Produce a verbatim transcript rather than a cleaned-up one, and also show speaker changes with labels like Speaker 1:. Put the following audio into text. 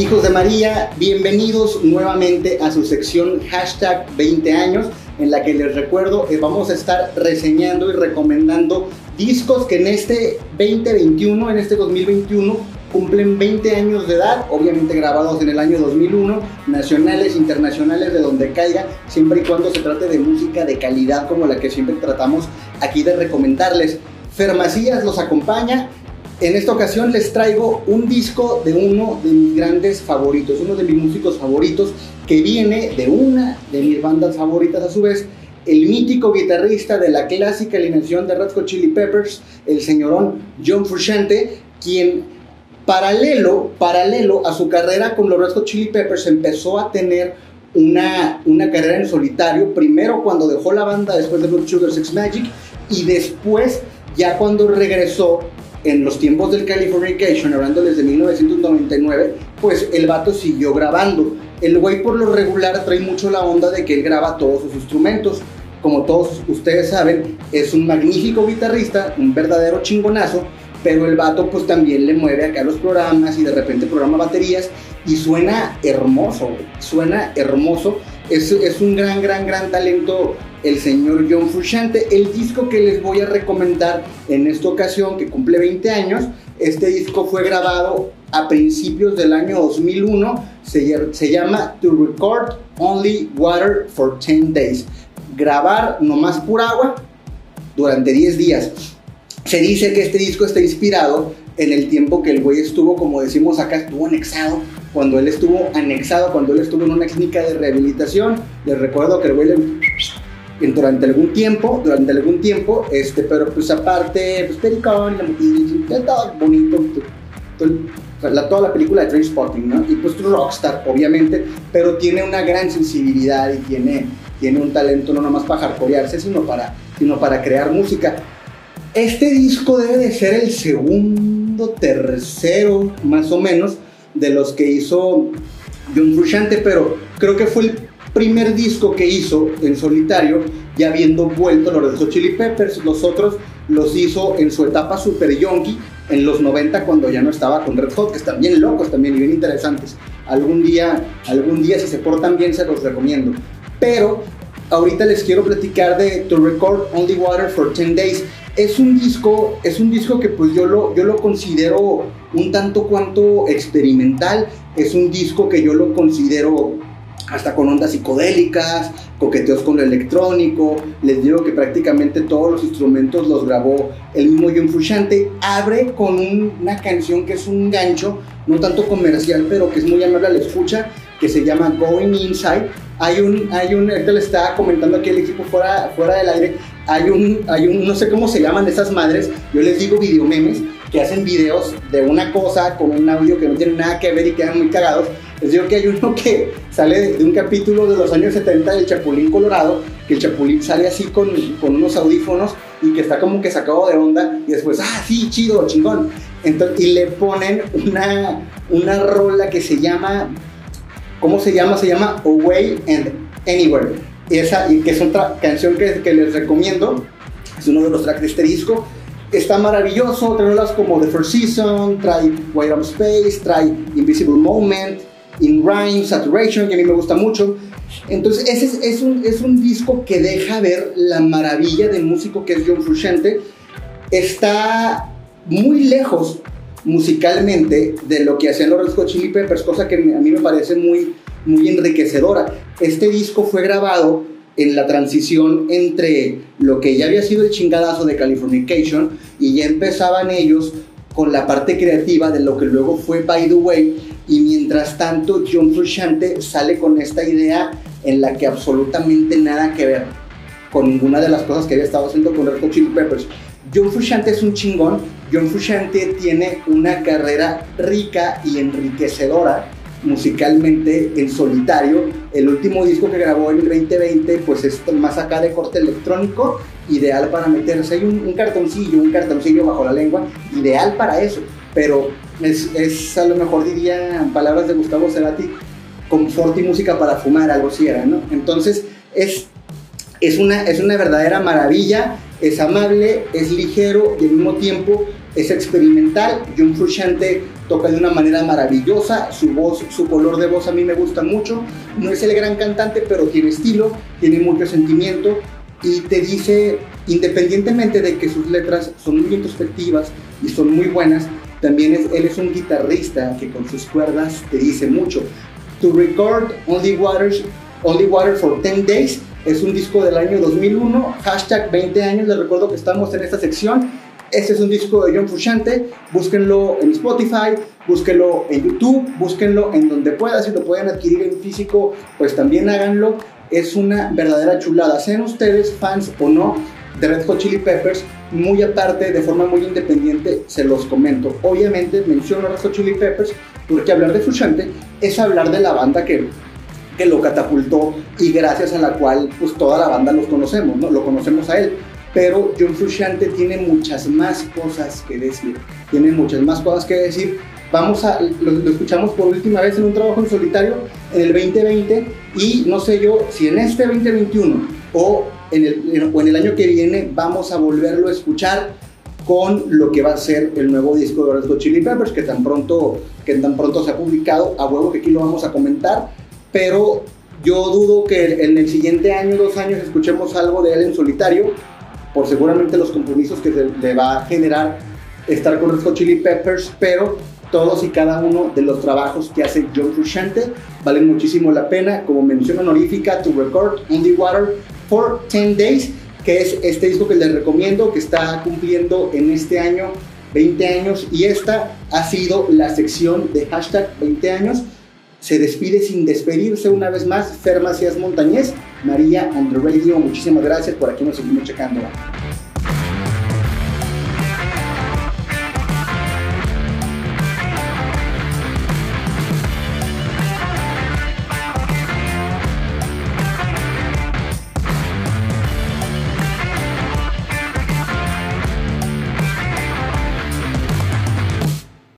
Speaker 1: Hijos de María, bienvenidos nuevamente a su sección hashtag veinte años, en la que les recuerdo que vamos a estar reseñando y recomendando discos que en este veinte veintiuno, en este dos mil veintiuno, cumplen veinte años de edad, obviamente grabados en el año dos mil uno, nacionales, internacionales, de donde caiga, siempre y cuando se trate de música de calidad como la que siempre tratamos aquí de recomendarles. Fer Macías los acompaña. En esta ocasión les traigo un disco de uno de mis grandes favoritos, uno de mis músicos favoritos, que viene de una de mis bandas favoritas a su vez, el mítico guitarrista de la clásica alineación de Red Hot Chili Peppers, el señorón John Frusciante, quien paralelo, paralelo a su carrera con los Red Hot Chili Peppers empezó a tener una, una carrera en solitario, primero cuando dejó la banda después de Blood Sugar Sex Magik, y después ya cuando regresó en los tiempos del Californication, hablando desde mil novecientos noventa y nueve, pues el vato siguió grabando. El güey por lo regular trae mucho la onda de que él graba todos sus instrumentos. Como todos ustedes saben, es un magnífico guitarrista, un verdadero chingonazo, pero el vato pues también le mueve acá los programas y de repente programa baterías y suena hermoso, suena hermoso. Es, es un gran, gran, gran talento el señor John Frusciante. El disco que les voy a recomendar en esta ocasión, que cumple veinte años, este disco fue grabado a principios del año dos mil uno, se, se llama To Record Only Water for ten days, grabar nomás pura agua durante diez días. Se dice que este disco está inspirado en el tiempo que el güey estuvo, como decimos acá, estuvo anexado, cuando él estuvo anexado, cuando él estuvo en una clínica de rehabilitación. Les recuerdo que el güey le... durante algún tiempo, durante algún tiempo, este, pero pues aparte, pues pericón, la todo bonito, todo, la, toda la película de Trainspotting, ¿no? Y pues rockstar, obviamente, pero tiene una gran sensibilidad y tiene, tiene un talento no nomás para hardcorearse, sino para, sino para crear música. Este disco debe de ser el segundo, tercero, más o menos, de los que hizo John Frusciante, pero creo que fue el primer disco que hizo en solitario, ya habiendo vuelto los Red Hot Chili Peppers. Los otros los hizo en su etapa super yonky, en los noventa, cuando ya no estaba con Red Hot, que están bien locos también y bien interesantes. Algún día, algún día si se portan bien se los recomiendo. Pero ahorita les quiero platicar de To Record Only Water for ten days. Es un disco, es un disco que pues yo lo, yo lo considero un tanto cuanto experimental. Es un disco que yo lo considero hasta con ondas psicodélicas, coqueteos con lo electrónico. Les digo que prácticamente todos los instrumentos los grabó el mismo John Frusciante. Abre con un, una canción que es un gancho, no tanto comercial, pero que es muy amable a la escucha, que se llama Going Inside. Hay un, hay un, ahorita le estaba comentando aquí el equipo fuera, fuera del aire, hay un, hay un, no sé cómo se llaman esas madres, yo les digo videomemes, que hacen videos de una cosa con un audio que no tiene nada que ver y quedan muy cagados. Les digo que hay uno que sale de, de un capítulo de los años setenta del Chapulín Colorado, que el Chapulín sale así con, con unos audífonos y que está como que sacado de onda, y después, ah, sí, chido, chingón. Entonces, y le ponen una, una rola que se llama, ¿cómo se llama? Se llama Away and Anywhere. Y esa, y que es otra canción que, que les recomiendo, es uno de los tracks de este disco. Está maravilloso, trae rolas como The First Season, trae White Out Space, trae Invisible Moment, In Rhyme, Saturation, que a mí me gusta mucho. Entonces ese es, es, un, es un disco que deja ver la maravilla de músico que es John Frusciante. Está muy lejos musicalmente de lo que hacían los Red Hot Chili Peppers, cosa que a mí me parece muy, muy enriquecedora. Este disco fue grabado en la transición entre lo que ya había sido el chingadazo de Californication, y ya empezaban ellos con la parte creativa de lo que luego fue By the Way. Y mientras tanto John Frusciante sale con esta idea en la que absolutamente nada que ver con ninguna de las cosas que había estado haciendo con Red Hot Chili Peppers. John Frusciante es un chingón. John Frusciante tiene una carrera rica y enriquecedora musicalmente en solitario. El último disco que grabó en el veinte veinte pues es más acá de corte electrónico, ideal para meterse. Hay un, un cartoncillo, un cartoncillo bajo la lengua, ideal para eso, pero es, es a lo mejor diría, en palabras de Gustavo Cerati, confort y música para fumar, algo así era, ¿no? Entonces es, es, una, es una verdadera maravilla. Es amable, es ligero y al mismo tiempo es experimental. John Frusciante toca de una manera maravillosa, su voz, su color de voz a mí me gusta mucho, no es el gran cantante, pero tiene estilo, tiene mucho sentimiento y te dice, independientemente de que sus letras son muy introspectivas y son muy buenas, también es, él es un guitarrista que con sus cuerdas te dice mucho. To Record Only Water, Only Water for ten days es un disco del año dos mil uno, hashtag veinte años, les recuerdo que estamos en esta sección. Este es un disco de John Frusciante, búsquenlo en Spotify, búsquenlo en YouTube, búsquenlo en donde puedan, si lo pueden adquirir en físico, pues también háganlo. Es una verdadera chulada, sean ustedes fans o no de Red Hot Chili Peppers, muy aparte, de forma muy independiente, se los comento. Obviamente menciono a Red Hot Chili Peppers porque hablar de Frusciante es hablar de la banda que, que lo catapultó y gracias a la cual pues toda la banda los conocemos, ¿no? Lo conocemos a él. Pero John Frusciante tiene muchas más cosas que decir, tiene muchas más cosas que decir. Vamos a, lo, lo escuchamos por última vez en un trabajo en solitario en el veinte veinte y no sé yo si en este veinte veintiuno o en el, o en el año que viene vamos a volverlo a escuchar con lo que va a ser el nuevo disco de Red Hot Chili Peppers que tan pronto, que tan pronto se ha publicado, a huevo que aquí lo vamos a comentar, pero yo dudo que en el siguiente año, dos años, escuchemos algo de él en solitario, por seguramente los compromisos que se le va a generar estar con Red Hot Chili Peppers, pero todos y cada uno de los trabajos que hace John Frusciante valen muchísimo la pena, como mención honorífica, To Record Only Water for ten days, que es este disco que les recomiendo, que está cumpliendo en este año veinte años, y esta ha sido la sección de hashtag veinte años. Se despide sin despedirse una vez más Fer Macías Montañez, María on the Radio. Muchísimas gracias, por aquí nos seguimos checando.